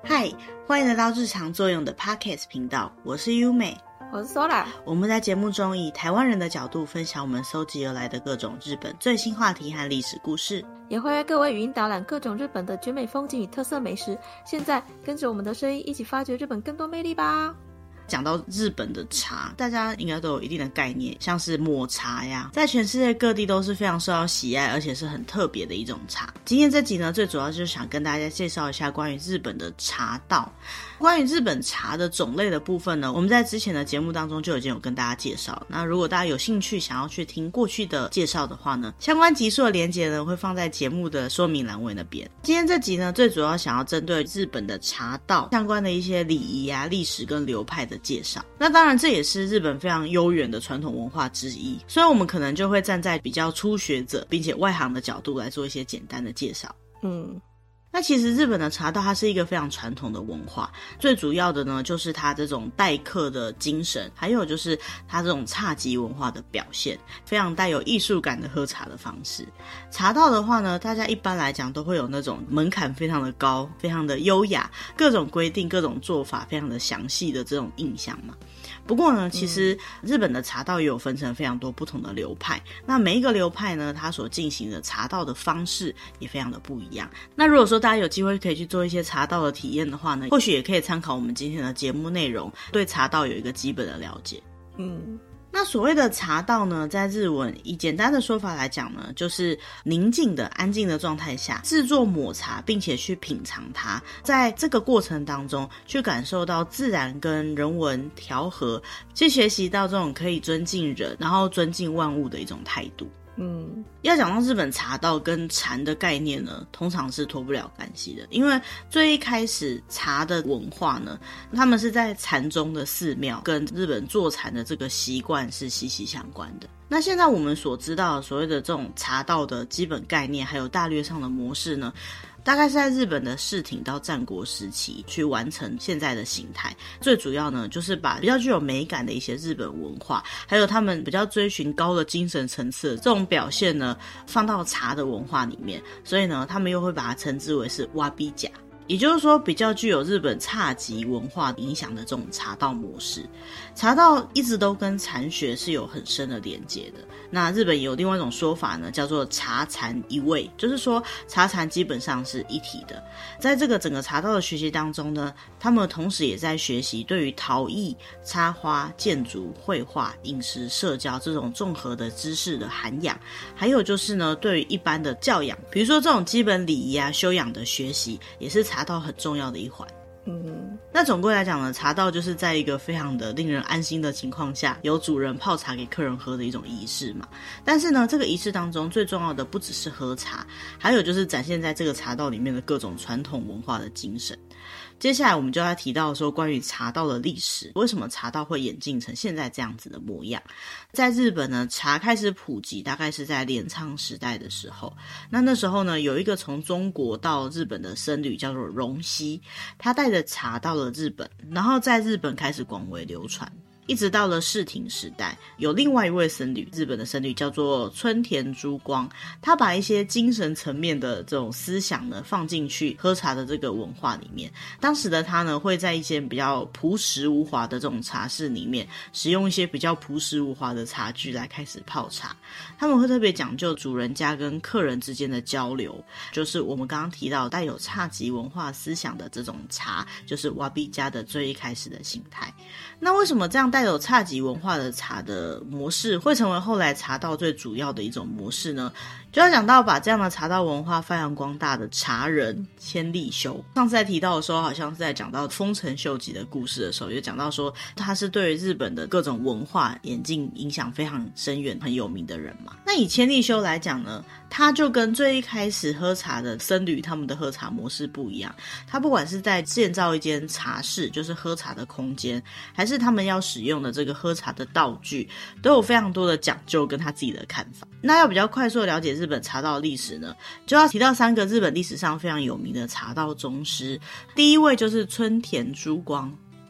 嗨，欢迎来到日常作用的 Podcast 频道，我是优美， 我是 Sola。 我们在节目中以台湾人的角度分享我们搜集而来的各种日本最新话题和历史故事， 也会为各位语音导览各种日本的绝美风景与特色美食。现在跟着我们的声音一起发掘日本更多魅力吧。 讲到日本的茶，大家应该都有一定的概念，像是抹茶呀，在全世界各地都是非常受到喜爱，而且是很特别的一种茶。今天这集呢，最主要就是想跟大家介绍一下关于日本的茶道。关于日本茶的种类的部分呢，我们在之前的节目当中就已经有跟大家介绍。那如果大家有兴趣想要去听过去的介绍的话呢，相关集数的连结呢会放在节目的说明栏位那边。今天这集呢，最主要想要针对日本的茶道相关的一些礼仪啊、历史跟流派的介绍。那当然这也是日本非常悠远的传统文化之一，所以我们可能就会站在比较初学者并且外行的角度来做一些简单的介绍。那其实日本的茶道它是一个非常传统的文化，最主要的呢就是它这种待客的精神，还有就是它这种侘寂文化的表现，非常带有艺术感的喝茶的方式。茶道的话呢，大家一般来讲都会有那种门槛非常的高，非常的优雅，各种规定各种做法非常的详细的这种印象嘛。不过呢，其实日本的茶道也有分成非常多不同的流派，那每一个流派呢，它所进行的茶道的方式也非常的不一样。那如果说大家有机会可以去做一些茶道的体验的话呢，或许也可以参考我们今天的节目内容，对茶道有一个基本的了解。那所谓的茶道呢，在日文以简单的说法来讲呢，就是宁静的安静的状态下制作抹茶，并且去品尝它，在这个过程当中去感受到自然跟人文调和，去学习到这种可以尊敬人然后尊敬万物的一种态度。要讲到日本茶道跟禅的概念呢，通常是脱不了干系的，因为最一开始茶的文化呢，他们是在禅宗的寺庙跟日本坐禅的这个习惯是息息相关的。那现在我们所知道的所谓的这种茶道的基本概念还有大略上的模式呢，大概是在日本的室町到战国时期去完成现在的形态。最主要呢，就是把比较具有美感的一些日本文化，还有他们比较追寻高的精神层次的这种表现呢，放到茶的文化里面。所以呢，他们又会把它称之为是瓦比甲，也就是说比较具有日本侘寂文化影响的这种茶道模式。茶道一直都跟禅学是有很深的连结的。那日本有另外一种说法呢，叫做茶禅一味，就是说茶禅基本上是一体的。在这个整个茶道的学习当中呢，他们同时也在学习对于陶艺、插花、建筑、绘画、饮食、社交这种综合的知识的涵养，还有就是呢，对于一般的教养，比如说这种基本礼仪啊、修养的学习，也是茶道很重要的一环。那总归来讲呢，茶道就是在一个非常的令人安心的情况下，由主人泡茶给客人喝的一种仪式嘛。但是呢，这个仪式当中最重要的不只是喝茶，还有就是展现在这个茶道里面的各种传统文化的精神。接下来我们就要提到说关于茶道的历史，为什么茶道会演进成现在这样子的模样。在日本呢，茶开始普及大概是在镰仓时代的时候。那时候呢，有一个从中国到日本的僧侣叫做荣西，他带着茶到了日本，然后在日本开始广为流传。一直到了室町时代，有另外一位僧侣，日本的僧侣叫做村田珠光，他把一些精神层面的这种思想呢放进去喝茶的这个文化里面。当时的他呢，会在一些比较朴实无华的这种茶室里面，使用一些比较朴实无华的茶具来开始泡茶。他们会特别讲究主人家跟客人之间的交流，就是我们刚刚提到带有侘寂文化思想的这种茶，就是瓦比家的最一开始的形态。那为什么这样带有侘寂文化的茶的模式会成为后来茶道最主要的一种模式呢？就要讲到把这样的茶道文化发扬光大的茶人千利休。上次在提到的时候，好像是在讲到丰臣秀吉的故事的时候，就讲到说他是对于日本的各种文化演进影响非常深远很有名的人嘛。那以千利休来讲呢，他就跟最一开始喝茶的僧侣他们的喝茶模式不一样。他不管是在建造一间茶室，就是喝茶的空间，还是他们要使用的这个喝茶的道具，都有非常多的讲究跟他自己的看法。那要比较快速的了解日本茶道的历史呢，就要提到3个日本历史上非常有名的茶道宗师。第一位就是村田珠光，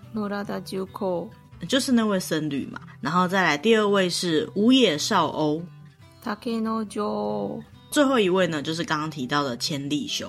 就是那位僧侣嘛。然后再来第2位是五野少欧，最后一位呢就是刚刚提到的千利休。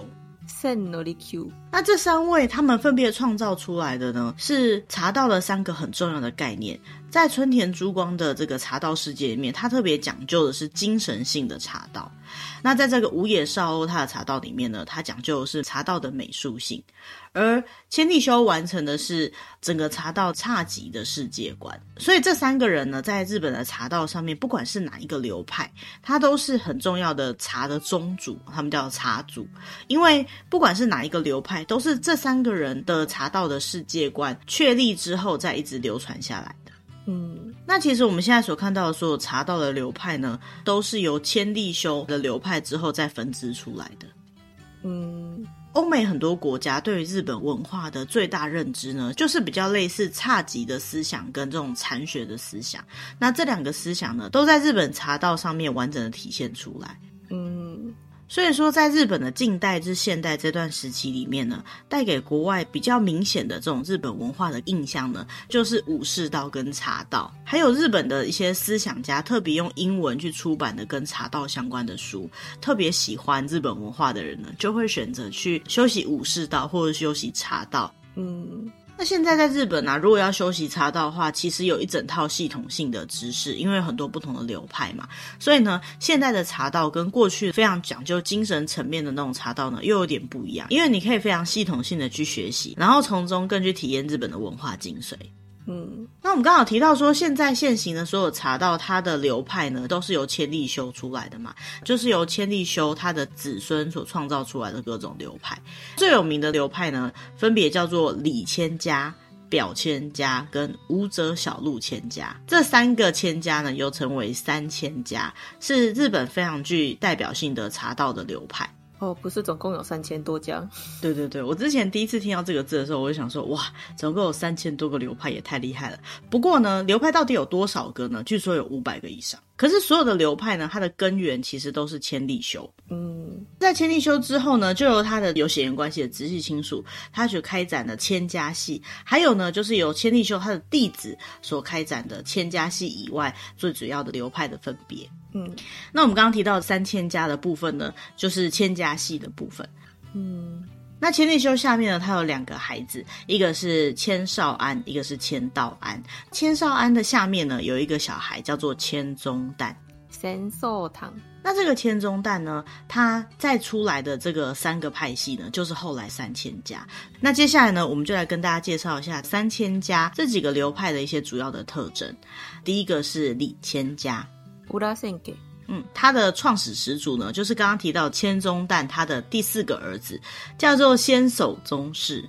千利休。 那这三位他们分别创造出来的呢，是茶道的3个很重要的概念。在春田珠光的这个茶道世界里面，他特别讲究的是精神性的茶道。那在这个五野绍鸥他的茶道里面呢，他讲究的是茶道的美术性，而千利休完成的是整个茶道侘寂的世界观。所以这3个人呢，在日本的茶道上面，不管是哪一个流派，他都是很重要的茶的宗主，他们叫茶祖。因为不管是哪一个流派，都是这3个人的茶道的世界观确立之后再一直流传下来的。那其实我们现在所看到的所有茶道的流派呢，都是由千利休的流派之后再分支出来的。欧美很多国家对于日本文化的最大认知呢，就是比较类似侘寂的思想跟这种禅学的思想。那这2个思想呢，都在日本茶道上面完整的体现出来。所以说在日本的近代至现代这段时期里面呢，带给国外比较明显的这种日本文化的印象呢，就是武士道跟茶道，还有日本的一些思想家特别用英文去出版的跟茶道相关的书。特别喜欢日本文化的人呢，就会选择去修习武士道或者修习茶道。那现在在日本啊，如果要修习茶道的话，其实有一整套系统性的知识，因为有很多不同的流派嘛，所以呢，现在的茶道跟过去非常讲究精神层面的那种茶道呢，又有点不一样，因为你可以非常系统性的去学习，然后从中更去体验日本的文化精髓。那我们刚好提到说，现在现行的所有茶道，它的流派呢，都是由千利休出来的嘛，就是由千利休他的子孙所创造出来的各种流派。最有名的流派呢，分别叫做里千家、表千家跟武者小路千家。这3个千家呢，又称为三千家，是日本非常具代表性的茶道的流派。 不是总共有3000多家？ 对对对，我之前第一次听到这个字的时候，我就想说，哇，总共有3000多个流派，也太厉害了。不过呢，流派到底有多少个呢？据说有500个以上。可是所有的流派呢，它的根源其实都是千利休。在千利休之后呢，就由他的有血缘关系的直系亲属，他去开展了千家系。还有呢，就是由千利休他的弟子所开展的千家系以外最主要的流派的分别。那我们刚刚提到3000家的部分呢，就是千家系的部分。那千利休下面呢，他有2个孩子，一个是千少安，一个是千道安。千少安的下面呢，有一个小孩叫做千宗旦。 神寿堂。 那这个千宗旦呢，他再出来的这个3个派系呢，就是后来3000家。那接下来呢，我们就来跟大家介绍一下3000家这几个流派的一些主要的特征。第一个是里千家。他的创始始祖呢，就是刚刚提到千宗旦他的第4个儿子，叫做仙守宗室。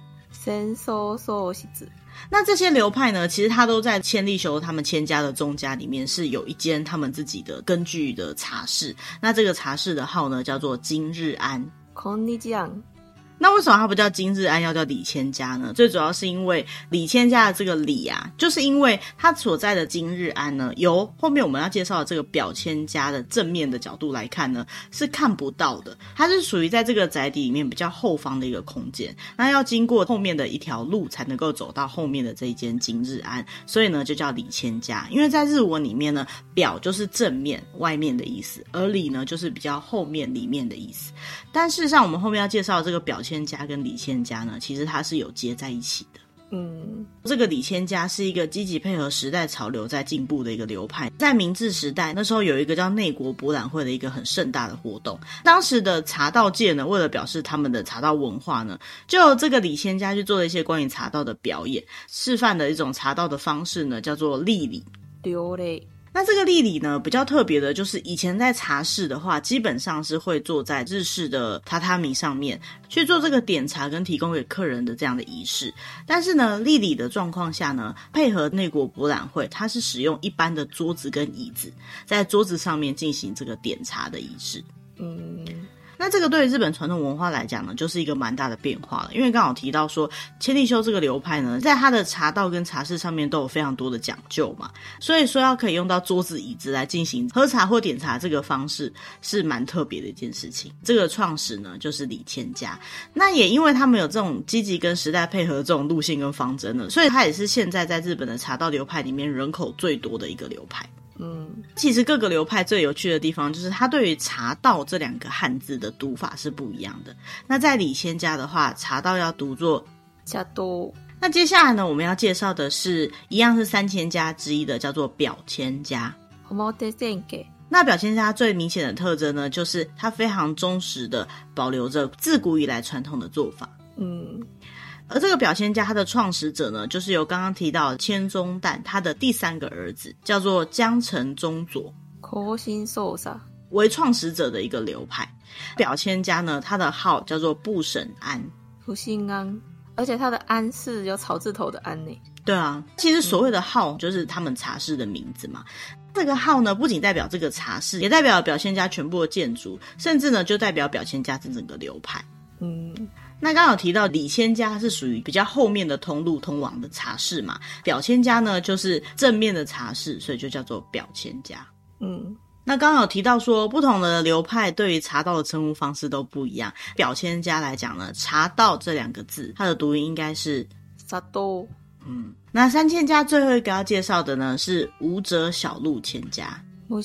那这些流派呢，其实他都在千利休他们千家的宗家里面是有一间他们自己的根据的茶室。那这个茶室的号呢，叫做今日安。那为什么它不叫今日安，要叫里千家呢？最主要是因为里千家的这个里啊，就是因为它所在的今日安呢，由后面我们要介绍的这个表千家的正面的角度来看呢，是看不到的。它是属于在这个宅邸里面比较后方的一个空间，那要经过后面的一条路才能够走到后面的这一间今日安，所以呢就叫里千家。因为在日文里面呢，表就是正面外面的意思，而里呢就是比较后面里面的意思。但事实上我们后面要介绍的这个表千家跟里千家呢，其实它是有接在一起的。这个里千家是一个积极配合时代潮流在进步的一个流派。在明治时代，那时候有一个叫内国博览会的一个很盛大的活动，当时的茶道界呢，为了表示他们的茶道文化呢，就由这个里千家去做了一些关于茶道的表演，示范的一种茶道的方式呢，叫做立礼。那这个立礼呢，比较特别的就是以前在茶室的话，基本上是会坐在日式的榻榻米上面去做这个点茶跟提供给客人的这样的仪式。但是呢，立礼的状况下呢，配合内国博览会，它是使用一般的桌子跟椅子，在桌子上面进行这个点茶的仪式。那这个对于日本传统文化来讲呢，就是一个蛮大的变化了。因为刚好提到说千利休这个流派呢，在它的茶道跟茶室上面都有非常多的讲究嘛，所以说要可以用到桌子椅子来进行喝茶或点茶这个方式是蛮特别的一件事情。这个创始呢就是里千家。那也因为他们有这种积极跟时代配合这种路线跟方针呢，所以它也是现在在日本的茶道流派里面人口最多的一个流派。 其实各个流派最有趣的地方就是它对于茶道这2个汉字的读法是不一样的。那在李千家的话，茶道要读作茶道。 那接下来呢，我们要介绍的是一样是3千家之一的，叫做表千家。那表千家最明显的特征呢，就是它非常忠实的保留着自古以来传统的做法。而这个表千家它的创始者呢，就是由刚刚提到的千宗旦他的第3个儿子，叫做江城宗佐为创始者的一个流派。表千家呢，他的号叫做不审庵， 而且他的庵是有草字头的庵呢。 对啊，其实所谓的号就是他们茶室的名字嘛。这个号呢，不仅代表这个茶室，也代表表千家全部的建筑，甚至呢就代表表千家这整个流派。那刚刚有提到李千家是属于比较后面的通路通往的茶室嘛，表千家呢就是正面的茶室，所以就叫做表千家。那刚刚有提到说不同的流派对于茶道的称呼方式都不一样。表千家来讲呢，茶道这2个字它的读音应该是茶道。 那3千家最后一个要介绍的呢是武者小路千家。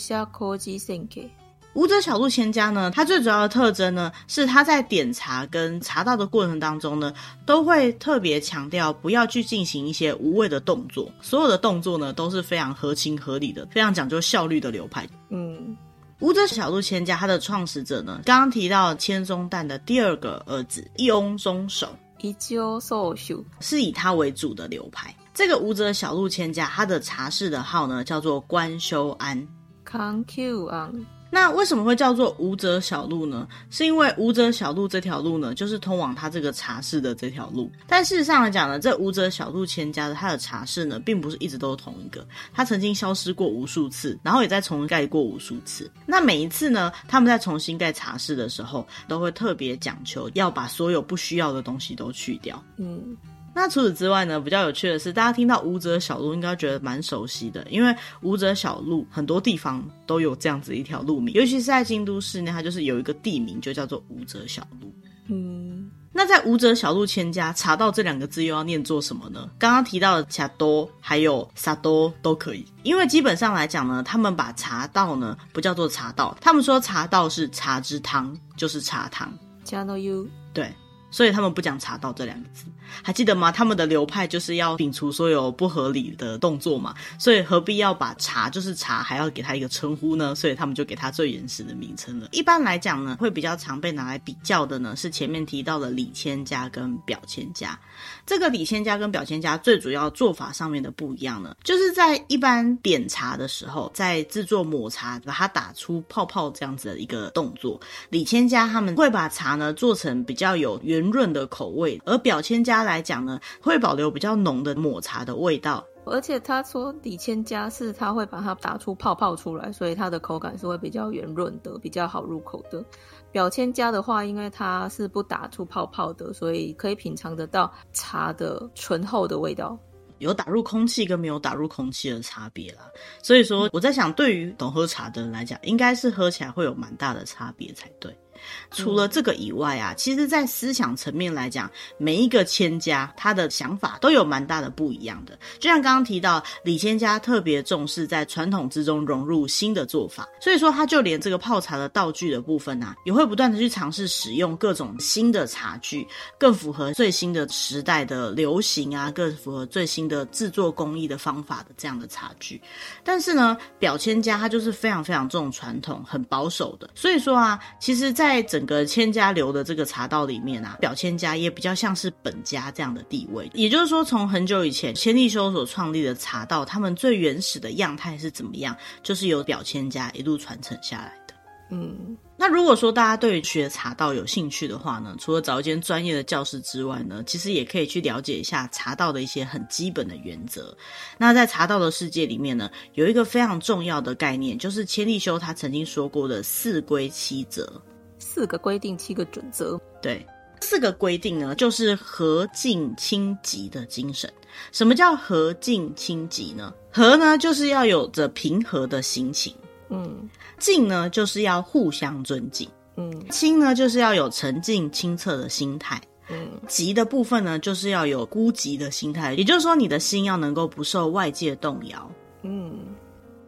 武者小路千家呢，它最主要的特征呢，是它在点茶跟茶道的过程当中呢，都会特别强调不要去进行一些无谓的动作，所有的动作呢都是非常合情合理的，非常讲究效率的流派。武者小路千家它的创始者呢，刚刚提到千宗旦的第2个儿子一翁宗守，是以他为主的流派。这个武者小路千家它的茶室的号呢叫做观修庵。那为什么会叫做武者小路呢？是因为武者小路这条路呢，就是通往他这个茶室的这条路。但事实上来讲呢，这武者小路千家的他的茶室呢，并不是一直都是同一个，他曾经消失过无数次，然后也再重盖过无数次。那每一次呢，他们在重新盖茶室的时候，都会特别讲求要把所有不需要的东西都去掉。那除此之外呢，比较有趣的是，大家听到武者小路应该觉得蛮熟悉的，因为武者小路很多地方都有这样子一条路名，尤其是在京都市内，它就是有一个地名就叫做武者小路。那在武者小路千家，茶道这2个字又要念作什么呢？刚刚提到的茶多还有茶多都可以，因为基本上来讲呢，他们把茶道呢不叫做茶道，他们说茶道是茶之汤，就是茶汤。对，所以他们不讲茶道这2个字。还记得吗？他们的流派就是要摒除所有不合理的动作嘛，所以何必要把茶就是茶还要给它一个称呼呢？所以他们就给它最原始的名称了。一般来讲呢，会比较常被拿来比较的呢，是前面提到的李千家跟表千家。这个李千家跟表千家最主要做法上面的不一样呢，就是在一般点茶的时候，在制作抹茶把它打出泡泡这样子的一个动作，李千家他们会把茶呢做成比较有圆润的口味，而表千家来讲呢，会保留比较浓的抹茶的味道。 而且他说李千家是他会把它打出泡泡出来，所以它的口感是会比较圆润的，比较好入口的。表千家的话，因为它是不打出泡泡的，所以可以品尝得到茶的醇厚的味道， 有打入空气跟没有打入空气的差别啦。所以说我在想，对于懂喝茶的人来讲，应该是喝起来会有蛮大的差别才对。除了这个以外啊，其实在思想层面来讲，每一个千家他的想法都有蛮大的不一样的。就像刚刚提到李千家特别重视在传统之中融入新的做法，所以说他就连这个泡茶的道具的部分啊，也会不断的去尝试使用各种新的茶具，更符合最新的时代的流行啊，更符合最新的制作工艺的方法的这样的茶具。但是呢，表千家他就是非常非常重传统，很保守的。所以说啊，其实在整个千家流的这个茶道里面啊，表千家也比较像是本家这样的地位。也就是说，从很久以前千利休所创立的茶道，他们最原始的样态是怎么样，就是由表千家一路传承下来的。那如果说大家对于学茶道有兴趣的话呢，除了找一间专业的教室之外呢，其实也可以去了解一下茶道的一些很基本的原则。那在茶道的世界里面呢，有一个非常重要的概念，就是千利休他曾经说过的4规7则。 4个规定7个准则。 对，4个规定呢，就是和静清寂的精神。什么叫和静清寂呢？和呢，就是要有着平和的心情。静呢，就是要互相尊敬。清呢，就是要有沉静清澈的心态。寂的部分呢，就是要有孤寂的心态，也就是说你的心要能够不受外界动摇。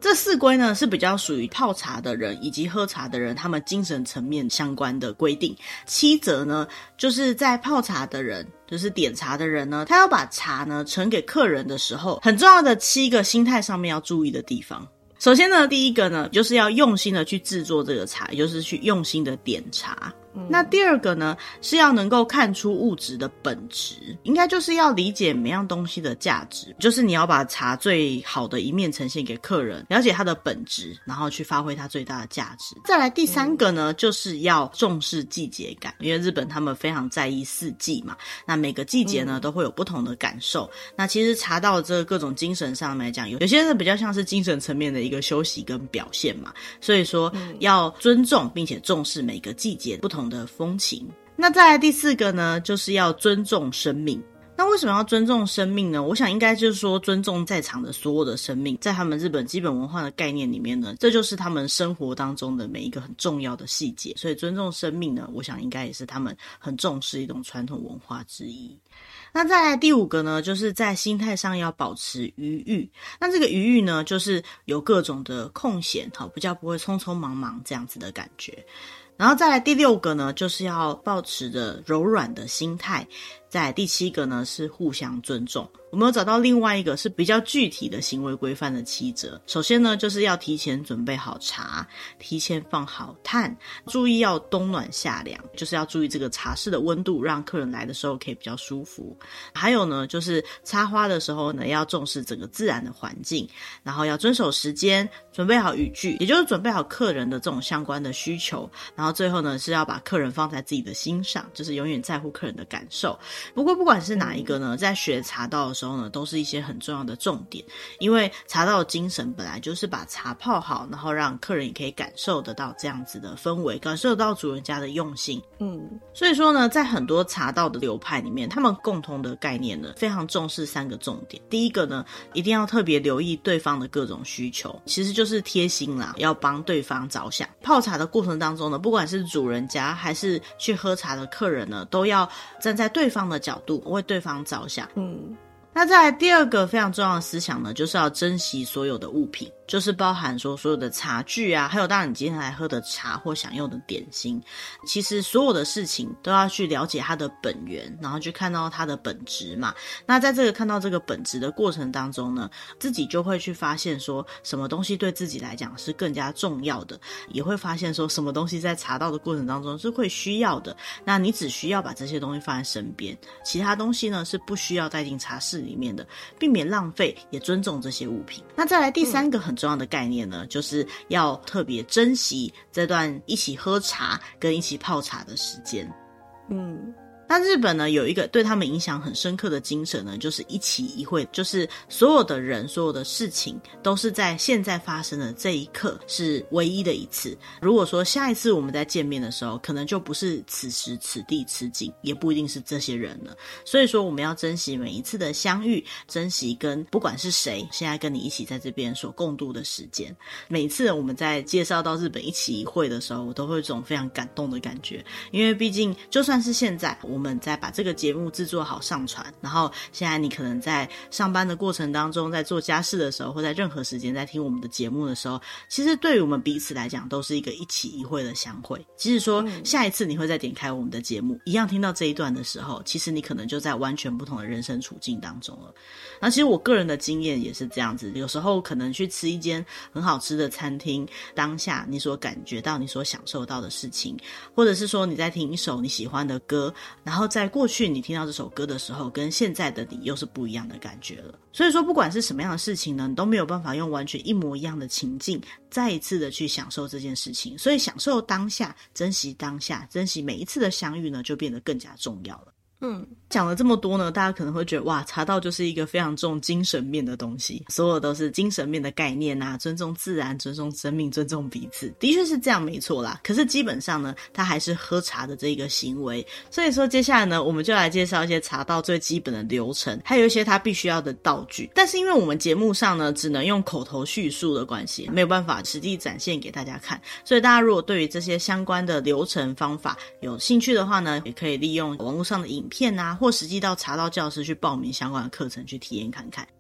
这4规呢是比较属于泡茶的人以及喝茶的人他们精神层面相关的规定。7则呢就是在泡茶的人，就是点茶的人呢，他要把茶呢呈给客人的时候，很重要的7个心态上面要注意的地方。首先呢，第一个呢就是要用心的去制作这个茶，也就是去用心的点茶。那第二个呢是要能够看出物质的本质，应该就是要理解每样东西的价值，就是你要把茶最好的一面呈现给客人，了解它的本质，然后去发挥它最大的价值。再来第3个呢就是要重视季节感，因为日本他们非常在意4季嘛，那每个季节呢都会有不同的感受。那其实茶道这个各种精神上来讲，有些人比较像是精神层面的一个休息跟表现嘛，所以说要尊重并且重视每个季节不同的风情。那再来第4个呢就是要尊重生命。那为什么要尊重生命呢？我想应该就是说尊重在场的所有的生命，在他们日本基本文化的概念里面呢，这就是他们生活当中的每一个很重要的细节，所以尊重生命呢，我想应该也是他们很重视一种传统文化之一。那再来第5个呢，就是在心态上要保持余裕。那这个余裕呢，就是有各种的空闲，比较不会匆匆忙忙这样子的感觉。然后再来第6个呢，就是要保持着柔软的心态。再来第7个呢是互相尊重。我们有找到另外一个是比较具体的行为规范的7则。首先呢就是要提前准备好茶，提前放好炭，注意要冬暖夏凉，就是要注意这个茶室的温度，让客人来的时候可以比较舒服。还有呢就是插花的时候呢要重视整个自然的环境，然后要遵守时间，准备好语句，也就是准备好客人的这种相关的需求，然后最后呢是要把客人放在自己的心上，就是永远在乎客人的感受。不过不管是哪一个呢，在学茶道的时候呢，都是一些很重要的重点，因为茶道的精神本来就是把茶泡好，然后让客人也可以感受得到这样子的氛围，感受得到主人家的用心。所以说呢，在很多茶道的流派里面，他们共同的概念呢，非常重视3个重点。第一个呢，一定要特别留意对方的各种需求，其实就是贴心啦，要帮对方着想。泡茶的过程当中呢，不管是主人家还是去喝茶的客人呢，都要站在对方的角度，为对方着想。那再来第2个非常重要的思想呢，就是要珍惜所有的物品，就是包含说所有的茶具啊，还有当然你今天来喝的茶或享用的点心，其实所有的事情都要去了解它的本源，然后去看到它的本质嘛。那在这个看到这个本质的过程当中呢，自己就会去发现说什么东西对自己来讲是更加重要的，也会发现说什么东西在茶道的过程当中是会需要的，那你只需要把这些东西放在身边，其他东西呢是不需要带进茶室里面的，避免浪费，也尊重这些物品。那再来第3个很重要的概念呢，就是要特别珍惜这段一起喝茶跟一起泡茶的时间。那日本呢有一个对他们影响很深刻的精神呢，就是一期一会，就是所有的人所有的事情都是在现在发生的这一刻是唯一的一次。如果说下一次我们在见面的时候，可能就不是此时此地此景，也不一定是这些人了。所以说我们要珍惜每一次的相遇，珍惜跟不管是谁现在跟你一起在这边所共度的时间。每一次我们在介绍到日本一期一会的时候，我都会有一种非常感动的感觉，因为毕竟就算是现在我们在把这个节目制作好上传，然后现在你可能在上班的过程当中，在做家事的时候，或在任何时间在听我们的节目的时候，其实对于我们彼此来讲都是一个一期一会的相会。即使说下一次你会再点开我们的节目，一样听到这一段的时候，其实你可能就在完全不同的人生处境当中了。那其实我个人的经验也是这样子，有时候可能去吃一间很好吃的餐厅，当下你所感觉到你所享受到的事情，或者是说你在听一首你喜欢的歌，然后在过去你听到这首歌的时候，跟现在的你又是不一样的感觉了。所以说不管是什么样的事情呢，你都没有办法用完全一模一样的情境再一次的去享受这件事情，所以享受当下，珍惜当下，珍惜每一次的相遇呢，就变得更加重要了。讲了这么多呢，大家可能会觉得哇，茶道就是一个非常重精神面的东西，所有都是精神面的概念啊，尊重自然，尊重生命，尊重彼此，的确是这样没错啦。可是基本上呢，它还是喝茶的这个行为。所以说接下来呢，我们就来介绍一些茶道最基本的流程，还有一些它必须要的道具。但是因为我们节目上呢只能用口头叙述的关系，没有办法实际展现给大家看，所以大家如果对于这些相关的流程方法有兴趣的话呢，也可以利用网络上的影片啊，或实际到茶道教室去报名相关的课程去体验看看。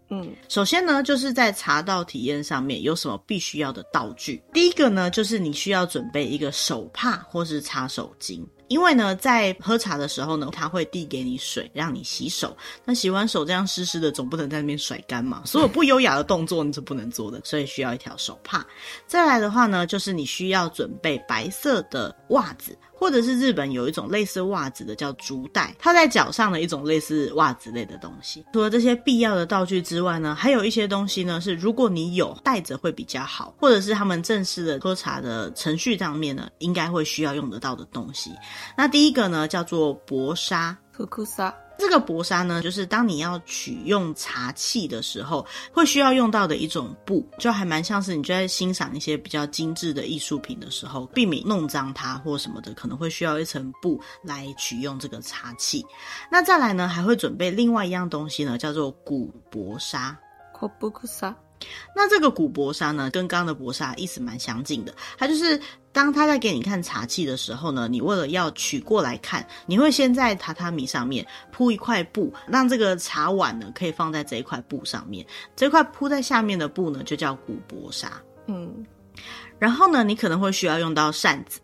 首先呢，就是在茶道体验上面有什么必须要的道具。第一个呢，就是你需要准备一个手帕或是擦手巾。因为呢，在喝茶的时候呢，他会递给你水让你洗手，那洗完手这样湿湿的，总不能在那边甩干嘛，所有不优雅的动作你是不能做的，所以需要一条手帕。再来的话呢，就是你需要准备白色的袜子，或者是日本有一种类似袜子的叫竹带，套在脚上的一种类似袜子类的东西。除了这些必要的道具之外呢，还有一些东西呢是如果你有带着会比较好，或者是他们正式的喝茶的程序上面呢应该会需要用得到的东西。那第一个呢叫做薄纱。这个薄纱呢，就是当你要取用茶器的时候会需要用到的一种布，就还蛮像是你就在欣赏一些比较精致的艺术品的时候，避免弄脏它或什么的，可能会需要一层布来取用这个茶器。那再来呢，还会准备另外一样东西呢，叫做古薄纱。那这个古薄纱呢，跟刚刚的薄纱意思蛮相近的，它就是当他在给你看茶器的时候呢，你为了要取过来看，你会先在榻榻米上面铺一块布，让这个茶碗呢可以放在这一块布上面，这块铺在下面的布呢就叫古薄纱。然后呢，你可能会需要用到扇子。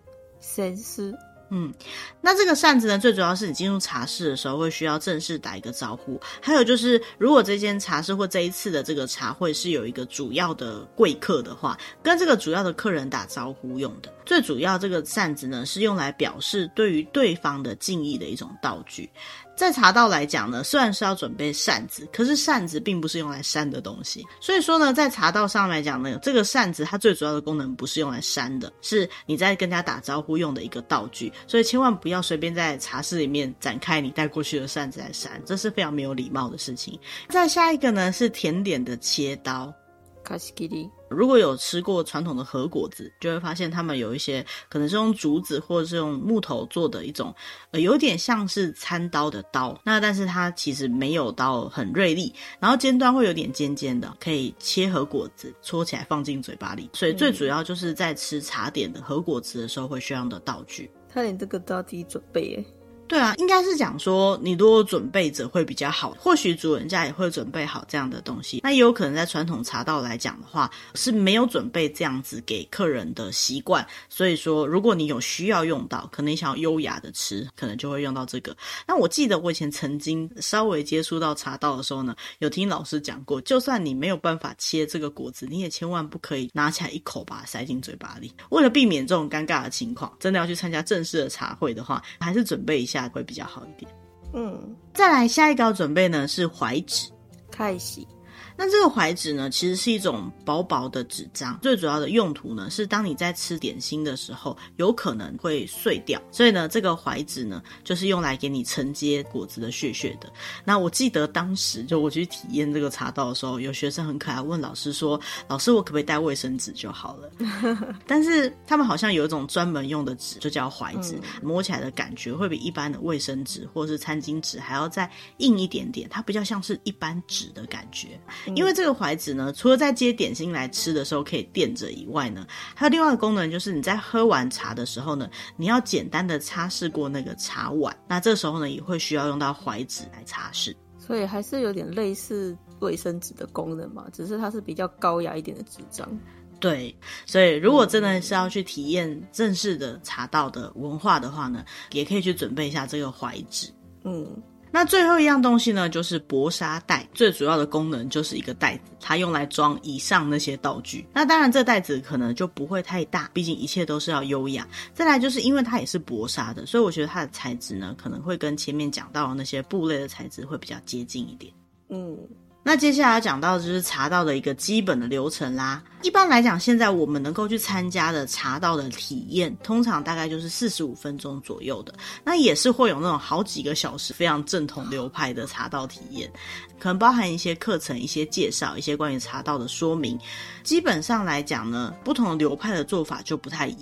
那这个扇子呢，最主要是你进入茶室的时候会需要正式打一个招呼，还有就是如果这间茶室或这一次的这个茶会是有一个主要的贵客的话，跟这个主要的客人打招呼用的。最主要这个扇子呢是用来表示对于对方的敬意的一种道具。在茶道来讲呢，虽然是要准备扇子，可是扇子并不是用来扇的东西，所以说呢，在茶道上来讲呢，这个扇子它最主要的功能不是用来扇的，是你在跟人家打招呼用的一个道具，所以千万不要随便在茶室里面展开你带过去的扇子来扇，这是非常没有礼貌的事情。再下一个呢是甜点的切刀。如果有吃过传统的和果子，就会发现他们有一些可能是用竹子或者是用木头做的一种有点像是餐刀的刀，那但是它其实没有到很锐利，然后尖端会有点尖尖的，可以切和果子戳起来放进嘴巴里，所以最主要就是在吃茶点的和果子的时候会需要用的道具。 他连这个都要自己准备耶。 对啊，应该是讲说你如果准备着会比较好，或许主人家也会准备好这样的东西。那也有可能在传统茶道来讲的话是没有准备这样子给客人的习惯，所以说如果你有需要用到，可能你想要优雅的吃，可能就会用到这个。那我记得我以前曾经稍微接触到茶道的时候呢，有听老师讲过，就算你没有办法切这个果子，你也千万不可以拿起来一口把它塞进嘴巴里。为了避免这种尴尬的情况，真的要去参加正式的茶会的话，还是准备一下会比较好一点。再来下一个要准备呢是怀纸。那这个怀纸呢，其实是一种薄薄的纸张，最主要的用途呢是当你在吃点心的时候有可能会碎掉，所以呢这个怀纸呢就是用来给你承接果子的屑屑的。那我记得当时就我去体验这个茶道的时候，有学生很可爱问老师说，老师我可不可以带卫生纸就好了但是他们好像有一种专门用的纸就叫怀纸，摸起来的感觉会比一般的卫生纸或是餐巾纸还要再硬一点点，它比较像是一般纸的感觉。因为这个怀纸呢，除了在接点心来吃的时候可以垫着以外呢，还有另外的功能，就是你在喝完茶的时候呢，你要简单的擦拭过那个茶碗，那这时候呢也会需要用到怀纸来擦拭， 所以还是有点类似卫生纸的功能嘛，只是它是比较高雅一点的纸张。 对，所以如果真的是要去体验正式的茶道的文化的话呢，也可以去准备一下这个怀纸。那最后一样东西呢，就是薄纱袋，最主要的功能就是一个袋子，它用来装以上那些道具。那当然这袋子可能就不会太大，毕竟一切都是要优雅。再来就是因为它也是薄纱的，所以我觉得它的材质呢，可能会跟前面讲到的那些布类的材质会比较接近一点。那接下来要讲到的就是茶道的一个基本的流程啦。一般来讲，现在我们能够去参加的茶道的体验，通常大概就是45分钟左右的。那也是会有那种好几个小时非常正统流派的茶道体验，可能包含一些课程、一些介绍、一些关于茶道的说明。基本上来讲呢，不同的流派的做法就不太一样嘛。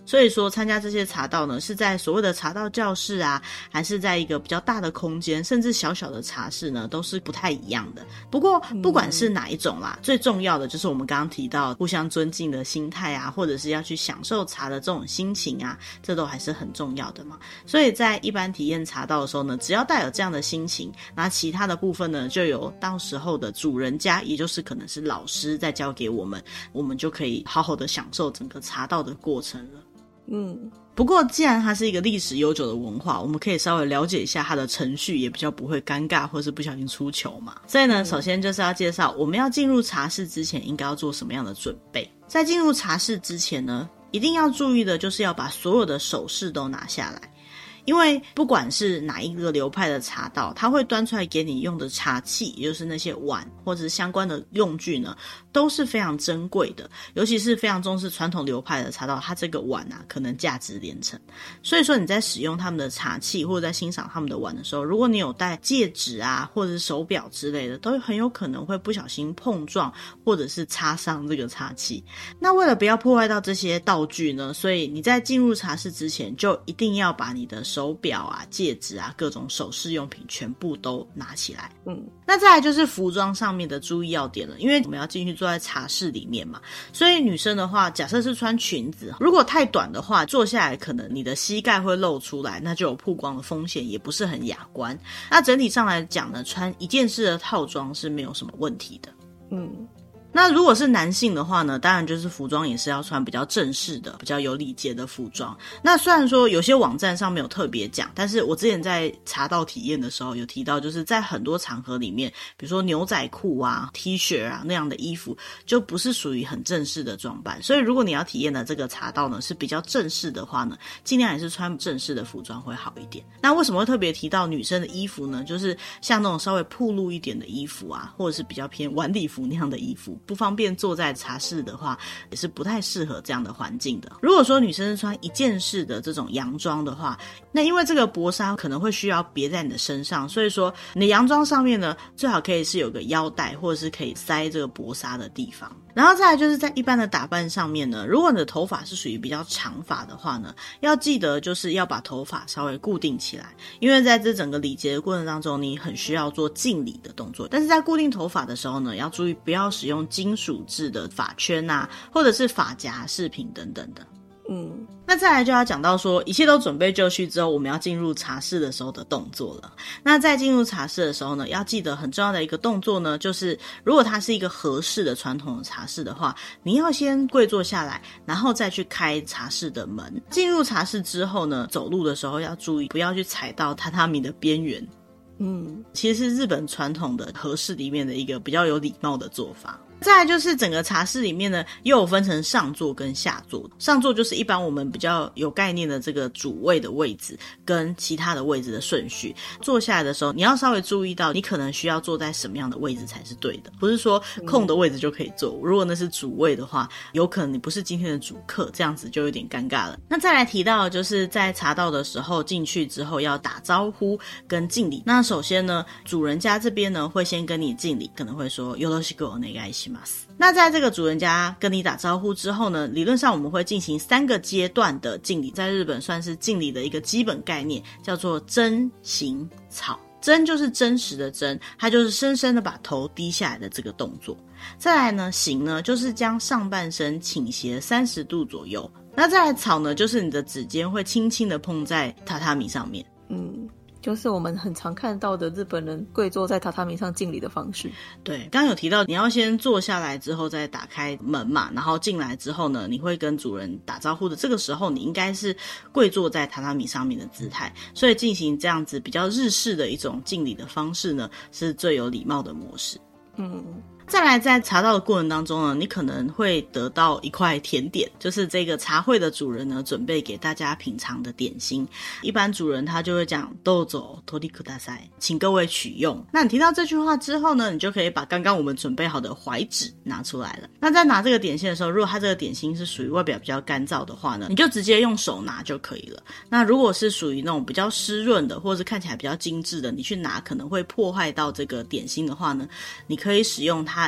所以说参加这些茶道呢，是在所谓的茶道教室啊，还是在一个比较大的空间，甚至小小的茶室呢，都是不太一样的。不过不管是哪一种啦，最重要的就是我们刚刚提到互相尊敬的心态啊，或者是要去享受茶的这种心情啊，这都还是很重要的嘛。所以在一般体验茶道的时候呢，只要带有这样的心情，那其他的部分呢，就由到时候的主人家，也就是可能是老师再教给我们，我们就可以好好的享受整个茶道的过程了。不过既然它是一个历史悠久的文化，我们可以稍微了解一下它的程序，也比较不会尴尬或是不小心出糗嘛。所以呢，首先就是要介绍我们要进入茶室之前应该要做什么样的准备。在进入茶室之前呢，一定要注意的就是要把所有的首饰都拿下来。因为不管是哪一个流派的茶道，它会端出来给你用的茶器，也就是那些碗或者是相关的用具呢，都是非常珍贵的。尤其是非常重视传统流派的茶道，它这个碗啊可能价值连城。所以说你在使用他们的茶器或者在欣赏他们的碗的时候，如果你有戴戒指啊或者是手表之类的，都很有可能会不小心碰撞或者是擦伤这个茶器。那为了不要破坏到这些道具呢，所以你在进入茶室之前就一定要把你的手表啊、戒指啊、各种首饰用品全部都拿起来。那再来就是服装上面的注意要点了，因为我们要进去坐在茶室里面嘛，所以女生的话，假设是穿裙子，如果太短的话，坐下来可能你的膝盖会露出来，那就有曝光的风险，也不是很雅观。那整体上来讲呢，穿一件式的套装是没有什么问题的。那如果是男性的话呢，当然就是服装也是要穿比较正式的、比较有礼节的服装。那虽然说有些网站上面有特别讲，但是我之前在茶道体验的时候有提到，就是在很多场合里面，比如说牛仔裤啊、T 恤啊那样的衣服，就不是属于很正式的装扮。所以如果你要体验的这个茶道呢是比较正式的话呢，尽量也是穿正式的服装会好一点。那为什么会特别提到女生的衣服呢？就是像那种稍微暴露一点的衣服啊，或者是比较偏晚礼服那样的衣服，不方便坐在茶室的话，也是不太适合这样的环境的。如果说女生是穿一件式的这种洋装的话，那因为这个薄纱可能会需要别在你的身上，所以说你的洋装上面呢，最好可以是有个腰带，或者是可以塞这个薄纱的地方。然后再来就是在一般的打扮上面呢，如果你的头发是属于比较长发的话呢，要记得就是要把头发稍微固定起来，因为在这整个礼节的过程当中，你很需要做敬礼的动作。但是在固定头发的时候呢，要注意不要使用金属制的发圈啊，或者是发夹饰品等等的。那再来就要讲到说，一切都准备就绪之后，我们要进入茶室的时候的动作了。那在进入茶室的时候呢，要记得很重要的一个动作呢，就是如果它是一个合适的传统的茶室的话，你要先跪坐下来，然后再去开茶室的门。进入茶室之后呢，走路的时候要注意不要去踩到榻榻米的边缘。其实是日本传统的和室里面的一个比较有礼貌的做法。再来就是整个茶室里面呢，又有分成上座跟下座。上座就是一般我们比较有概念的这个主位的位置跟其他的位置的顺序。坐下来的时候，你要稍微注意到你可能需要坐在什么样的位置才是对的，不是说空的位置就可以坐。如果那是主位的话，有可能你不是今天的主客，这样子就有点尴尬了。那再来提到就是在茶道的时候进去之后要打招呼跟敬礼。那首先呢，主人家这边呢会先跟你敬礼，可能会说よろしくお願いします。那在这个主人家跟你打招呼之后呢，理论上我们会进行3个阶段的敬礼，在日本算是敬礼的一个基本概念，叫做真行草。真就是真实的真，它就是深深的把头低下来的这个动作。再来呢，行呢就是将上半身倾斜30度左右。那再来草呢，就是你的指尖会轻轻的碰在榻榻米上面。 就是我们很常看到的日本人跪坐在榻榻米上敬礼的方式。 对，刚刚有提到你要先坐下来之后再打开门嘛，然后进来之后呢，你会跟主人打招呼的，这个时候你应该是跪坐在榻榻米上面的姿态，所以进行这样子比较日式的一种敬礼的方式呢，是最有礼貌的模式。再来在茶道的过程当中呢，你可能会得到一块甜点，就是这个茶会的主人呢准备给大家品尝的点心。一般主人他就会讲どうぞ取りください，请各位取用。那你听到这句话之后呢，你就可以把刚刚我们准备好的怀纸拿出来了。那在拿这个点心的时候，如果它这个点心是属于外表比较干燥的话呢，你就直接用手拿就可以了。那如果是属于那种比较湿润的，或者是看起来比较精致的，你去拿可能会破坏到这个点心的话呢，你可以使用它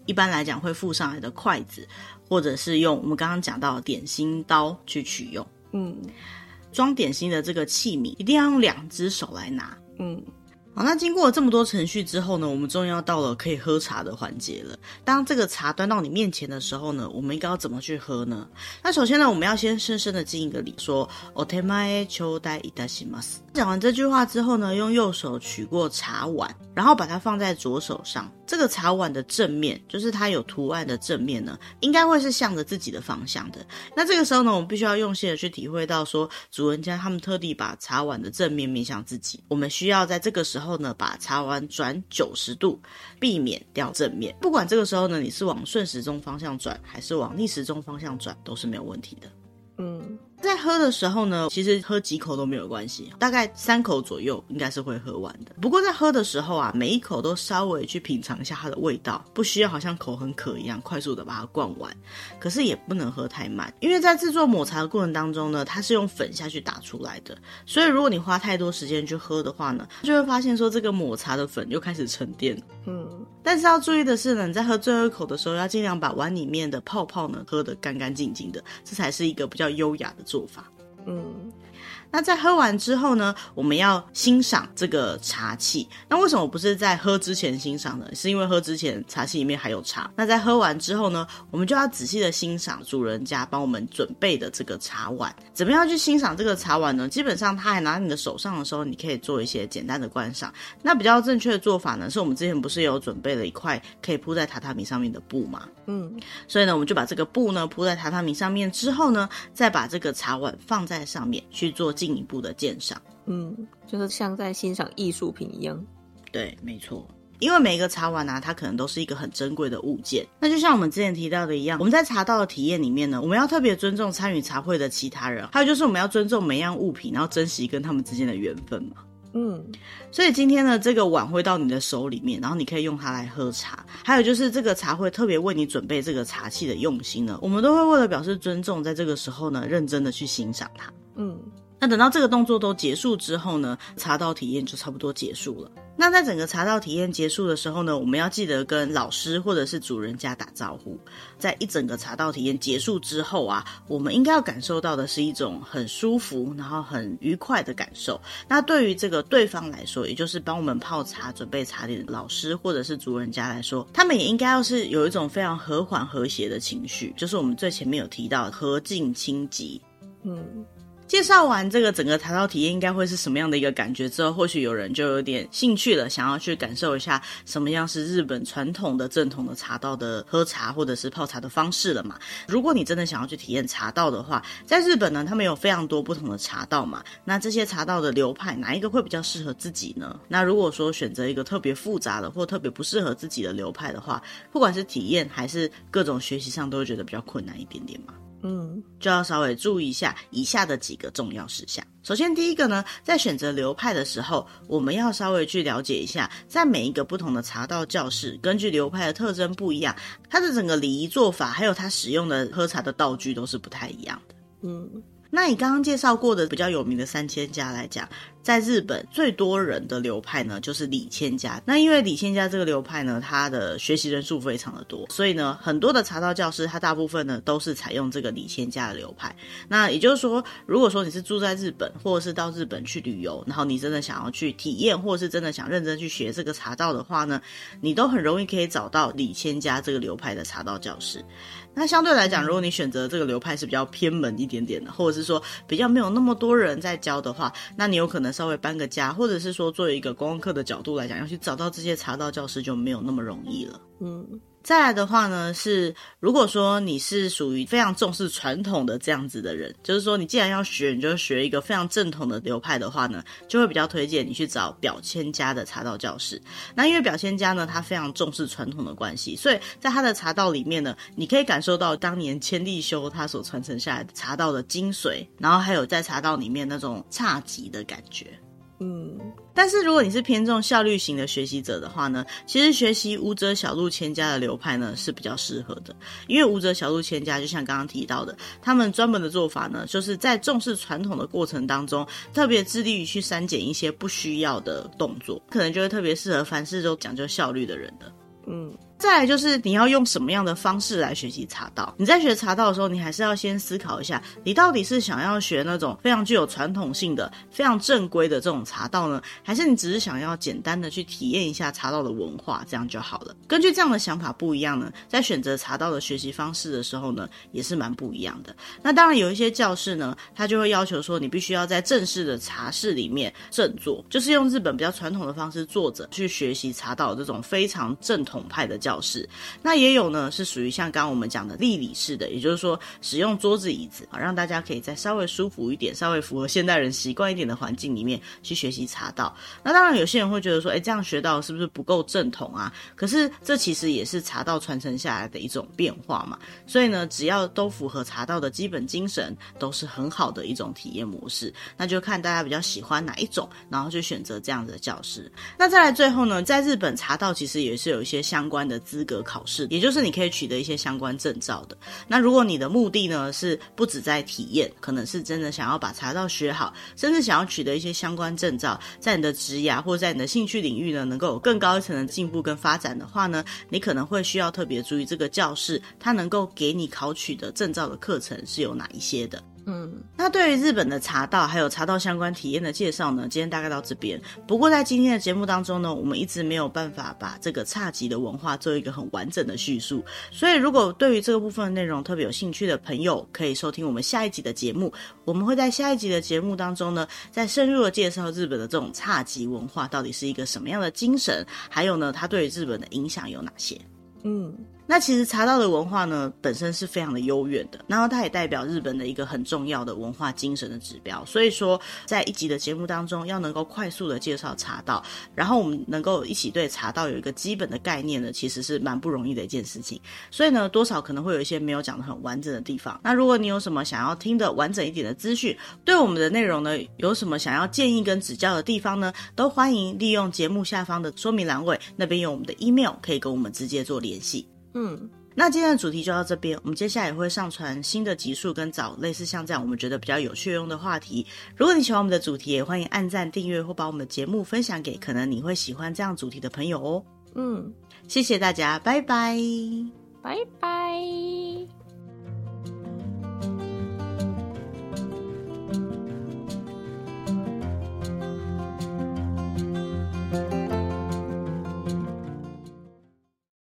一般来讲会附上来的筷子，或者是用我们刚刚讲到的点心刀去取用。装点心的这个器皿一定要用2只手来拿。好，那经过了这么多程序之后呢，我们终于要到了可以喝茶的环节了。当这个茶端到你面前的时候呢，我们应该要怎么去喝呢？那首先呢，我们要先深深的敬一个礼，说 Otemae chodai itashimasu。讲完这句话之后呢，用右手取过茶碗，然后把它放在左手上。这个茶碗的正面，就是它有图案的正面呢，应该会是向着自己的方向的。那这个时候呢，我们必须要用心的去体会到说，主人家他们特地把茶碗的正面面向自己。我们需要在这个时候呢，把茶碗转90度，避免掉正面。不管这个时候呢，你是往顺时钟方向转，还是往逆时钟方向转，都是没有问题的。在喝的时候呢，其实喝几口都没有关系，大概3口左右应该是会喝完的。不过在喝的时候啊，每一口都稍微去品尝一下它的味道，不需要好像口很渴一样快速的把它灌完，可是也不能喝太慢，因为在制作抹茶的过程当中呢，它是用粉下去打出来的，所以如果你花太多时间去喝的话呢，就会发现说这个抹茶的粉又开始沉淀了。但是要注意的是呢，你在喝最后一口的时候，要尽量把碗里面的泡泡呢喝得干干净净的，这才是一个比较优雅的做法。那在喝完之后呢，我们要欣赏这个茶器。那为什么我不是在喝之前欣赏呢？是因为喝之前茶器里面还有茶。那在喝完之后呢，我们就要仔细的欣赏主人家帮我们准备的这个茶碗。怎么样去欣赏这个茶碗呢？基本上它还拿在你的手上的时候，你可以做一些简单的观赏。那比较正确的做法呢，是我们之前不是有准备了一块可以铺在榻榻米上面的布吗？所以呢，我们就把这个布呢铺在榻榻米上面之后呢，再把这个茶碗放在上面去做进一步的鉴赏。 就是像在欣赏艺术品一样。 对，没错。因为每一个茶碗啊，它可能都是一个很珍贵的物件。那就像我们之前提到的一样，我们在茶道的体验里面呢，我们要特别尊重参与茶会的其他人，还有就是我们要尊重每样物品，然后珍惜跟他们之间的缘分嘛。所以今天呢，这个碗会到你的手里面，然后你可以用它来喝茶。还有就是这个茶会特别为你准备这个茶器的用心呢，我们都会为了表示尊重，在这个时候呢，认真的去欣赏它。那等到这个动作都结束之后呢，茶道体验就差不多结束了。那在整个茶道体验结束的时候呢，我们要记得跟老师或者是主人家打招呼。在一整个茶道体验结束之后啊，我们应该要感受到的是一种很舒服然后很愉快的感受。那对于这个对方来说，也就是帮我们泡茶准备茶点的老师或者是主人家来说，他们也应该要是有一种非常和缓和谐的情绪，就是我们最前面有提到和静清寂。介绍完这个整个茶道体验应该会是什么样的一个感觉之后，或许有人就有点兴趣了，想要去感受一下什么样是日本传统的正统的茶道的喝茶或者是泡茶的方式了嘛。如果你真的想要去体验茶道的话，在日本呢，他们有非常多不同的茶道嘛，那这些茶道的流派哪一个会比较适合自己呢？那如果说选择一个特别复杂的或特别不适合自己的流派的话，不管是体验还是各种学习上都会觉得比较困难一点点嘛。就要稍微注意一下以下的几个重要事项。首先第一个呢，在选择流派的时候，我们要稍微去了解一下，在每一个不同的茶道教室，根据流派的特征不一样，它的整个礼仪做法还有它使用的喝茶的道具都是不太一样的。那以刚刚介绍过的比较有名的3000家来讲，在日本最多人的流派呢就是里千家。那因为里千家这个流派呢，它的学习人数非常的多，所以呢很多的茶道教师它大部分呢都是采用这个里千家的流派。那也就是说，如果说你是住在日本，或者是到日本去旅游，然后你真的想要去体验，或者是真的想认真去学这个茶道的话呢，你都很容易可以找到里千家这个流派的茶道教师。那相对来讲，如果你选择这个流派是比较偏门一点点的，或者是说比较没有那么多人在教的话，那你有可能稍微搬个家，或者是说作为一个观光客的角度来讲，要去找到这些茶道教师就没有那么容易了。再来的话呢，是如果说你是属于非常重视传统的这样子的人，就是说你既然要学，你就学一个非常正统的流派的话呢，就会比较推荐你去找表千家的茶道教室。那因为表千家呢，他非常重视传统的关系，所以在他的茶道里面呢，你可以感受到当年千利休他所传承下来的茶道的精髓，然后还有在茶道里面那种侘寂的感觉。但是如果你是偏重效率型的学习者的话呢，其实学习无责小路千家的流派呢是比较适合的。因为无责小路千家就像刚刚提到的，他们专门的做法呢，就是在重视传统的过程当中，特别致力于去删减一些不需要的动作，可能就会特别适合凡事都讲究效率的人的。 再来就是你要用什么样的方式来学习茶道。你在学茶道的时候，你还是要先思考一下，你到底是想要学那种非常具有传统性的非常正规的这种茶道呢，还是你只是想要简单的去体验一下茶道的文化，这样就好了。根据这样的想法不一样呢，在选择茶道的学习方式的时候呢，也是蛮不一样的。那当然有一些教室呢，他就会要求说你必须要在正式的茶室里面正坐，就是用日本比较传统的方式坐着去学习茶道这种非常正统派的教室。那也有呢是属于像刚刚我们讲的立礼式的，也就是说使用桌子椅子，让大家可以在稍微舒服一点，稍微符合现代人习惯一点的环境里面去学习茶道。那当然有些人会觉得说这样学到是不是不够正统啊？可是这其实也是茶道传承下来的一种变化嘛，所以呢只要都符合茶道的基本精神，都是很好的一种体验模式。那就看大家比较喜欢哪一种，然后去选择这样子的教室。那再来最后呢，在日本茶道其实也是有一些相关的资格考试，也就是你可以取得一些相关证照的。那如果你的目的呢是不只在体验，可能是真的想要把茶道学好，甚至想要取得一些相关证照，在你的职涯或者在你的兴趣领域呢能够有更高一层的进步跟发展的话呢，你可能会需要特别注意这个教室它能够给你考取的证照的课程是有哪一些的。那对于日本的茶道还有茶道相关体验的介绍呢，今天大概到这边。不过在今天的节目当中呢，我们一直没有办法把这个侘寂的文化做一个很完整的叙述，所以如果对于这个部分的内容特别有兴趣的朋友，可以收听我们下一集的节目。我们会在下一集的节目当中呢，再深入的介绍日本的这种侘寂文化到底是一个什么样的精神，还有呢它对于日本的影响有哪些。那其实茶道的文化呢本身是非常的悠远的，然后它也代表日本的一个很重要的文化精神的指标。所以说在一集的节目当中要能够快速的介绍茶道，然后我们能够一起对茶道有一个基本的概念呢，其实是蛮不容易的一件事情。所以呢多少可能会有一些没有讲得很完整的地方。那如果你有什么想要听的完整一点的资讯，对我们的内容呢有什么想要建议跟指教的地方呢，都欢迎利用节目下方的说明栏位，那边有我们的 email 可以跟我们直接做联系。那今天的主题就到这边，我们接下来也会上传新的集数跟找类似像这样我们觉得比较有趣用的话题。如果你喜欢我们的主题，也欢迎按赞订阅或把我们的节目分享给可能你会喜欢这样主题的朋友哦。谢谢大家，拜拜。 拜拜。